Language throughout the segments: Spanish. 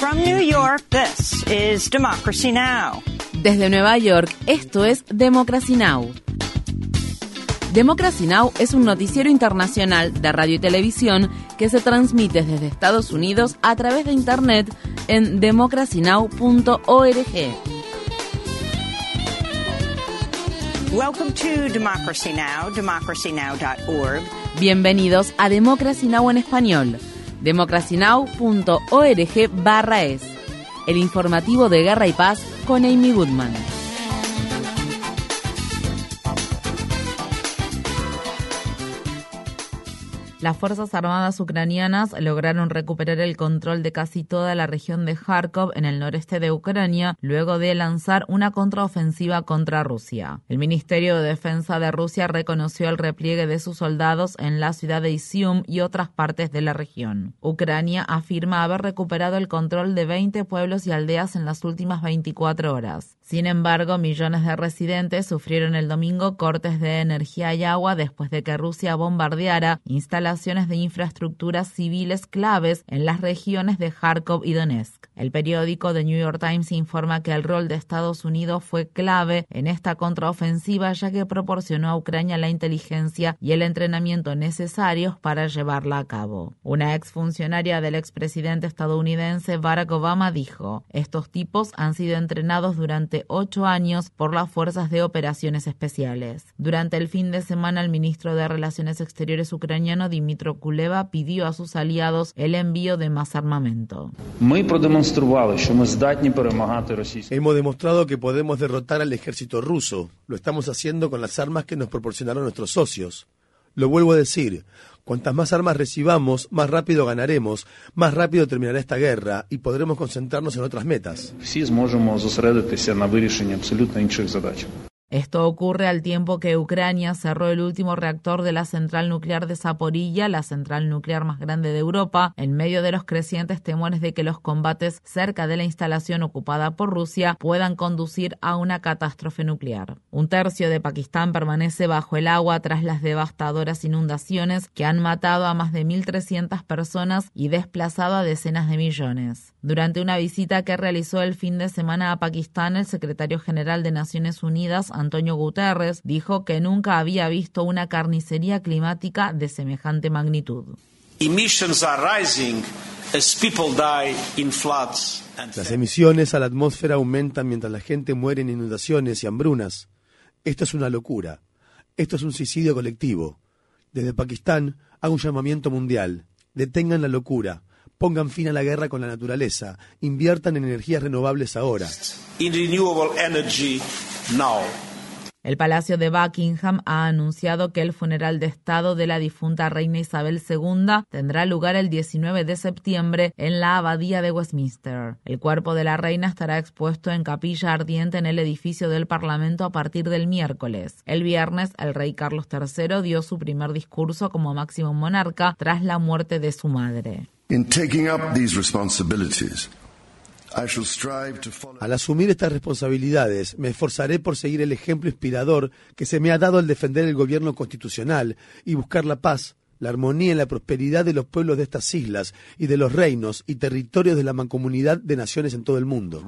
From New York, this is Democracy Now! Desde Nueva York, esto es Democracy Now! Democracy Now! Es un noticiero internacional de radio y televisión que se transmite desde Estados Unidos a través de Internet en democracynow.org. Welcome to Democracy Now!, democracynow.org. Bienvenidos a Democracy Now! En español, democracynow.org/es, el informativo de Guerra y Paz con Amy Goodman. Las Fuerzas Armadas ucranianas lograron recuperar el control de casi toda la región de Kharkov en el noreste de Ucrania, luego de lanzar una contraofensiva contra Rusia. El Ministerio de Defensa de Rusia reconoció el repliegue de sus soldados en la ciudad de Izium y otras partes de la región. Ucrania afirma haber recuperado el control de 20 pueblos y aldeas en las últimas 24 horas. Sin embargo, millones de residentes sufrieron el domingo cortes de energía y agua después de que Rusia bombardeara instalaciones de infraestructuras civiles claves en las regiones de Kharkov y Donetsk. El periódico The New York Times informa que el rol de Estados Unidos fue clave en esta contraofensiva, ya que proporcionó a Ucrania la inteligencia y el entrenamiento necesarios para llevarla a cabo. Una exfuncionaria del expresidente estadounidense Barack Obama dijo: "Estos tipos han sido entrenados durante 8 años por las Fuerzas de Operaciones Especiales". Durante el fin de semana, el ministro de Relaciones Exteriores ucraniano Dmytro Kuleba pidió a sus aliados el envío de más armamento. Hemos demostrado que podemos derrotar al ejército ruso. Lo estamos haciendo con las armas que nos proporcionaron nuestros socios. Lo vuelvo a decir, cuantas más armas recibamos, más rápido ganaremos, más rápido terminará esta guerra y podremos concentrarnos en otras metas. Esto ocurre al tiempo que Ucrania cerró el último reactor de la central nuclear de Zaporilla, la central nuclear más grande de Europa, en medio de los crecientes temores de que los combates cerca de la instalación ocupada por Rusia puedan conducir a una catástrofe nuclear. Un tercio de Pakistán permanece bajo el agua tras las devastadoras inundaciones que han matado a más de 1.300 personas y desplazado a decenas de millones. Durante una visita que realizó el fin de semana a Pakistán, el secretario general de Naciones Unidas, Antonio Guterres, dijo que nunca había visto una carnicería climática de semejante magnitud. Las emisiones a la atmósfera aumentan mientras la gente muere en inundaciones y hambrunas. Esto es una locura. Esto es un suicidio colectivo. Desde Pakistán hago un llamamiento mundial. Detengan la locura. Pongan fin a la guerra con la naturaleza. Inviertan en energías renovables ahora. El Palacio de Buckingham ha anunciado que el funeral de Estado de la difunta reina Isabel II tendrá lugar el 19 de septiembre en la Abadía de Westminster. El cuerpo de la reina estará expuesto en capilla ardiente en el edificio del Parlamento a partir del miércoles. El viernes, el rey Carlos III dio su primer discurso como máximo monarca tras la muerte de su madre. Al asumir estas responsabilidades, me esforzaré por seguir el ejemplo inspirador que se me ha dado al defender el gobierno constitucional y buscar la paz, la armonía y la prosperidad de los pueblos de estas islas y de los reinos y territorios de la mancomunidad de naciones en todo el mundo.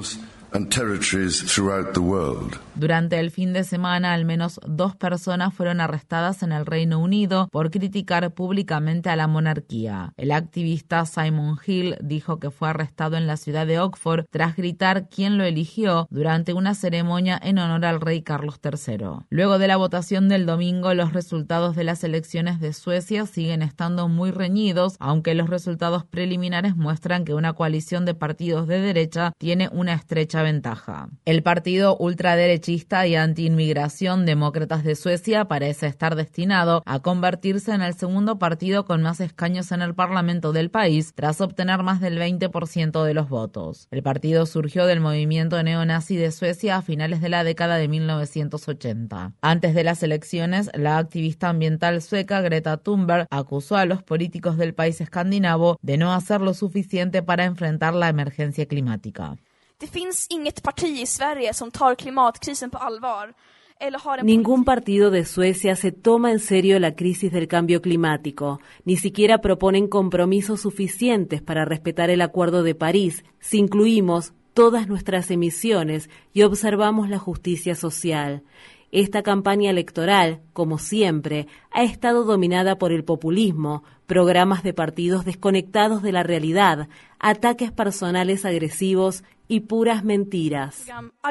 Durante el fin de semana, al menos 2 personas fueron arrestadas en el Reino Unido por criticar públicamente a la monarquía. El activista Simon Hill dijo que fue arrestado en la ciudad de Oxford tras gritar quién lo eligió durante una ceremonia en honor al rey Carlos III. Luego de la votación del domingo, los resultados de las elecciones de Suecia siguen estando muy reñidos, aunque los resultados preliminares muestran que una coalición de partidos de derecha tiene una estrecha ventaja. El partido ultraderechista y anti-inmigración Demócratas de Suecia parece estar destinado a convertirse en el segundo partido con más escaños en el Parlamento del país, tras obtener más del 20% de los votos. El partido surgió del movimiento neonazi de Suecia a finales de la década de 1980. Antes de las elecciones, la activista ambiental sueca Greta Thunberg acusó a los políticos del país escandinavo de no hacer lo suficiente para enfrentar la emergencia climática. Det finns inget parti i Sverige som tar klimatkrisen på allvar. Ningún partido de Suecia se toma en serio la crisis del cambio climático. Ni siquiera proponen compromisos suficientes para respetar el Acuerdo de París, si incluimos todas nuestras emisiones y observamos la justicia social. Esta campaña electoral, como siempre, ha estado dominada por el populismo, programas de partidos desconectados de la realidad, ataques personales agresivos y puras mentiras.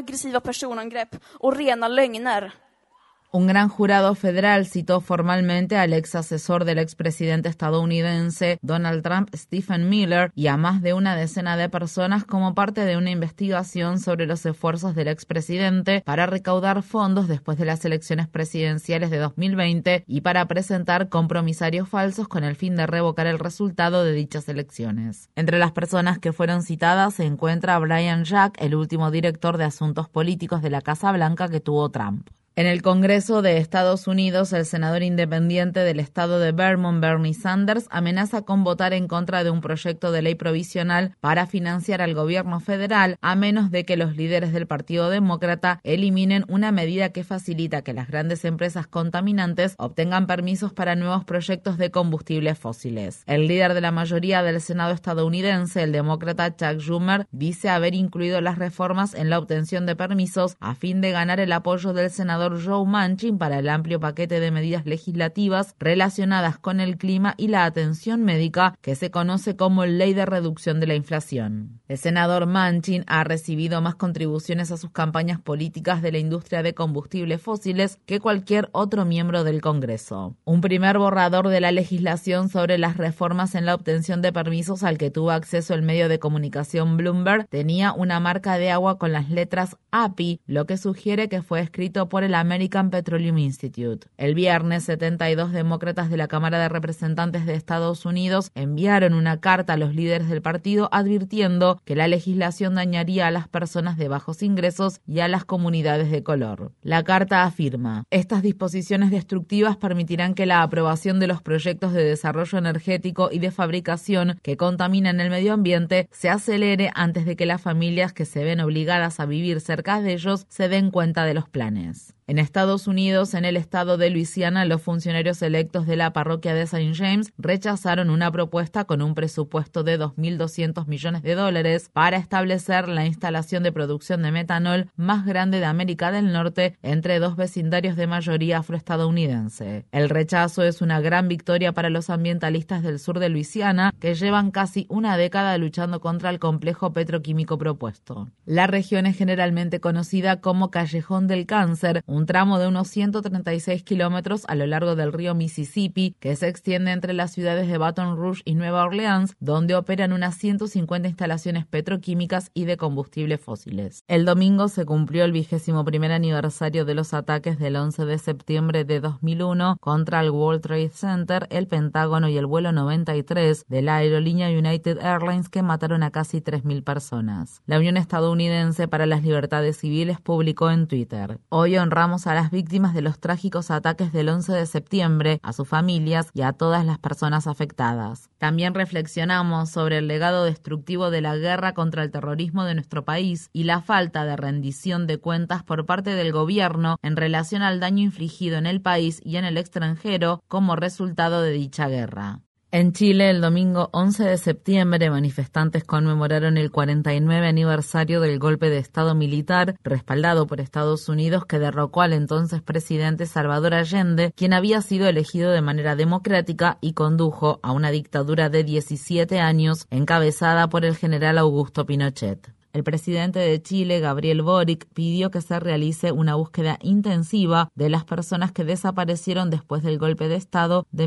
Un gran jurado federal citó formalmente al ex asesor del expresidente estadounidense Donald Trump, Stephen Miller, y a más de una decena de personas como parte de una investigación sobre los esfuerzos del expresidente para recaudar fondos después de las elecciones presidenciales de 2020 y para presentar compromisarios falsos con el fin de revocar el resultado de dichas elecciones. Entre las personas que fueron citadas se encuentra Brian Jack, el último director de asuntos políticos de la Casa Blanca que tuvo Trump. En el Congreso de Estados Unidos, el senador independiente del estado de Vermont, Bernie Sanders, amenaza con votar en contra de un proyecto de ley provisional para financiar al gobierno federal, a menos de que los líderes del Partido Demócrata eliminen una medida que facilita que las grandes empresas contaminantes obtengan permisos para nuevos proyectos de combustibles fósiles. El líder de la mayoría del Senado estadounidense, el demócrata Chuck Schumer, dice haber incluido las reformas en la obtención de permisos a fin de ganar el apoyo del senador Joe Manchin para el amplio paquete de medidas legislativas relacionadas con el clima y la atención médica que se conoce como Ley de Reducción de la Inflación. El senador Manchin ha recibido más contribuciones a sus campañas políticas de la industria de combustibles fósiles que cualquier otro miembro del Congreso. Un primer borrador de la legislación sobre las reformas en la obtención de permisos al que tuvo acceso el medio de comunicación Bloomberg tenía una marca de agua con las letras API, lo que sugiere que fue escrito por el American Petroleum Institute. El viernes, 72 demócratas de la Cámara de Representantes de Estados Unidos enviaron una carta a los líderes del partido advirtiendo que la legislación dañaría a las personas de bajos ingresos y a las comunidades de color. La carta afirma: estas disposiciones destructivas permitirán que la aprobación de los proyectos de desarrollo energético y de fabricación que contaminan el medio ambiente se acelere antes de que las familias que se ven obligadas a vivir cerca de ellos se den cuenta de los planes. En Estados Unidos, en el estado de Luisiana, los funcionarios electos de la parroquia de St. James rechazaron una propuesta con un presupuesto de $2.200 millones para establecer la instalación de producción de metanol más grande de América del Norte entre dos vecindarios de mayoría afroestadounidense. El rechazo es una gran victoria para los ambientalistas del sur de Luisiana, que llevan casi una década luchando contra el complejo petroquímico propuesto. La región es generalmente conocida como Callejón del Cáncer, un tramo de unos 136 kilómetros a lo largo del río Mississippi, que se extiende entre las ciudades de Baton Rouge y Nueva Orleans, donde operan unas 150 instalaciones petroquímicas y de combustibles fósiles. El domingo se cumplió el 21º aniversario de los ataques del 11 de septiembre de 2001 contra el World Trade Center, el Pentágono y el vuelo 93 de la aerolínea United Airlines, que mataron a casi 3.000 personas. La Unión Estadounidense para las Libertades Civiles publicó en Twitter: hoy honramos a las víctimas de los trágicos ataques del 11 de septiembre, a sus familias y a todas las personas afectadas. También reflexionamos sobre el legado destructivo de la guerra contra el terrorismo de nuestro país y la falta de rendición de cuentas por parte del gobierno en relación al daño infligido en el país y en el extranjero como resultado de dicha guerra. En Chile, el domingo 11 de septiembre, manifestantes conmemoraron el 49 aniversario del golpe de Estado militar, respaldado por Estados Unidos, que derrocó al entonces presidente Salvador Allende, quien había sido elegido de manera democrática y condujo a una dictadura de 17 años encabezada por el general Augusto Pinochet. El presidente de Chile, Gabriel Boric, pidió que se realice una búsqueda intensiva de las personas que desaparecieron después del golpe de Estado de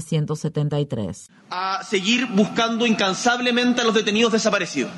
1973. A seguir buscando incansablemente a los detenidos desaparecidos.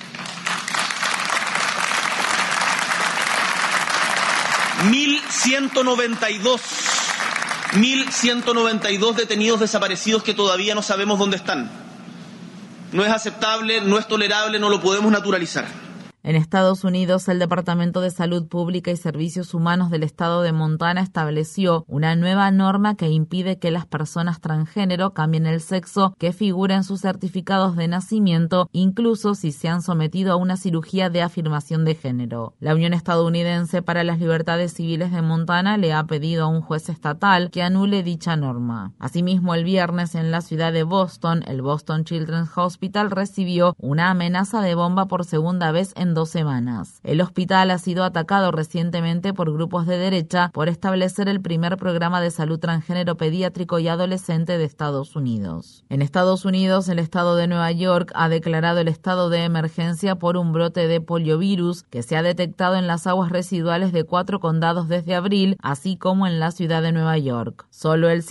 $1.192 detenidos desaparecidos que todavía no sabemos dónde están. No es aceptable, no es tolerable, no lo podemos naturalizar. En Estados Unidos, el Departamento de Salud Pública y Servicios Humanos del estado de Montana estableció una nueva norma que impide que las personas transgénero cambien el sexo que figura en sus certificados de nacimiento, incluso si se han sometido a una cirugía de afirmación de género. La Unión Estadounidense para las Libertades Civiles de Montana le ha pedido a un juez estatal que anule dicha norma. Asimismo, el viernes en la ciudad de Boston, el Boston Children's Hospital recibió una amenaza de bomba por segunda vez en 2 semanas. El hospital ha sido atacado recientemente por grupos de derecha por establecer el primer programa de salud transgénero pediátrico y adolescente de Estados Unidos. En Estados Unidos, el estado de Nueva York ha declarado el estado de emergencia por un brote de poliovirus que se ha detectado en las aguas residuales de 4 condados desde abril, así como en la ciudad de Nueva York. Solo el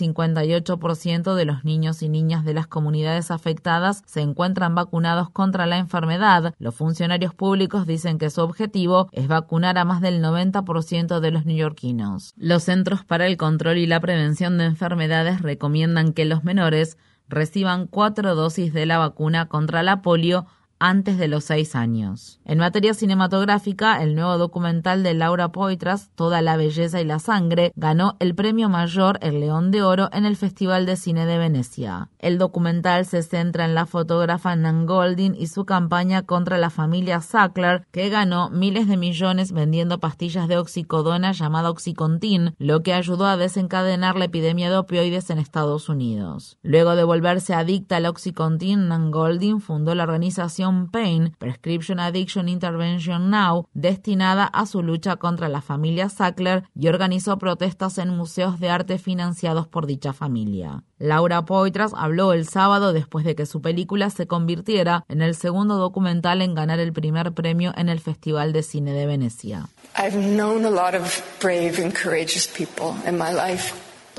58% de los niños y niñas de las comunidades afectadas se encuentran vacunados contra la enfermedad. Los funcionarios públicos dicen que su objetivo es vacunar a más del 90% de los neoyorquinos. Los Centros para el Control y la Prevención de Enfermedades recomiendan que los menores reciban 4 dosis de la vacuna contra la polio antes de los 6 años. En materia cinematográfica, el nuevo documental de Laura Poitras, Toda la belleza y la sangre, ganó el premio mayor, el León de Oro, en el Festival de Cine de Venecia. El documental se centra en la fotógrafa Nan Goldin y su campaña contra la familia Sackler, que ganó miles de millones vendiendo pastillas de oxicodona llamada Oxycontin, lo que ayudó a desencadenar la epidemia de opioides en Estados Unidos. Luego de volverse adicta al Oxycontin, Nan Goldin fundó la organización PAIN, Prescription Addiction Intervention Now, destinada a su lucha contra la familia Sackler, y organizó protestas en museos de arte financiados por dicha familia. Laura Poitras habló el sábado después de que su película se convirtiera en el segundo documental en ganar el primer premio en el Festival de Cine de Venecia. I've known a lot of brave and courageous people in my life.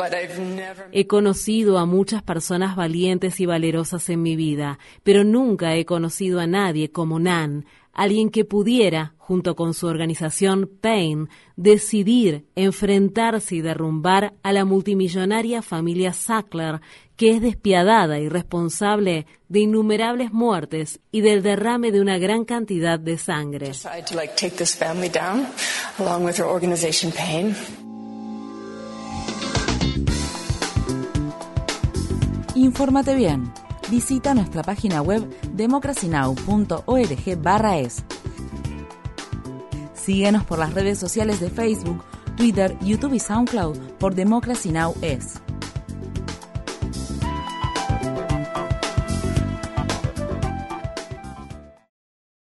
He conocido a muchas personas valientes y valerosas en mi vida, pero nunca he conocido a nadie como Nan, alguien que pudiera, junto con su organización PAIN, decidir enfrentarse y derrumbar a la multimillonaria familia Sackler, que es despiadada y responsable de innumerables muertes y del derrame de una gran cantidad de sangre. Infórmate bien. Visita nuestra página web democracynow.org/es. Síguenos por las redes sociales de Facebook, Twitter, YouTube y SoundCloud por Democracy Now! Es.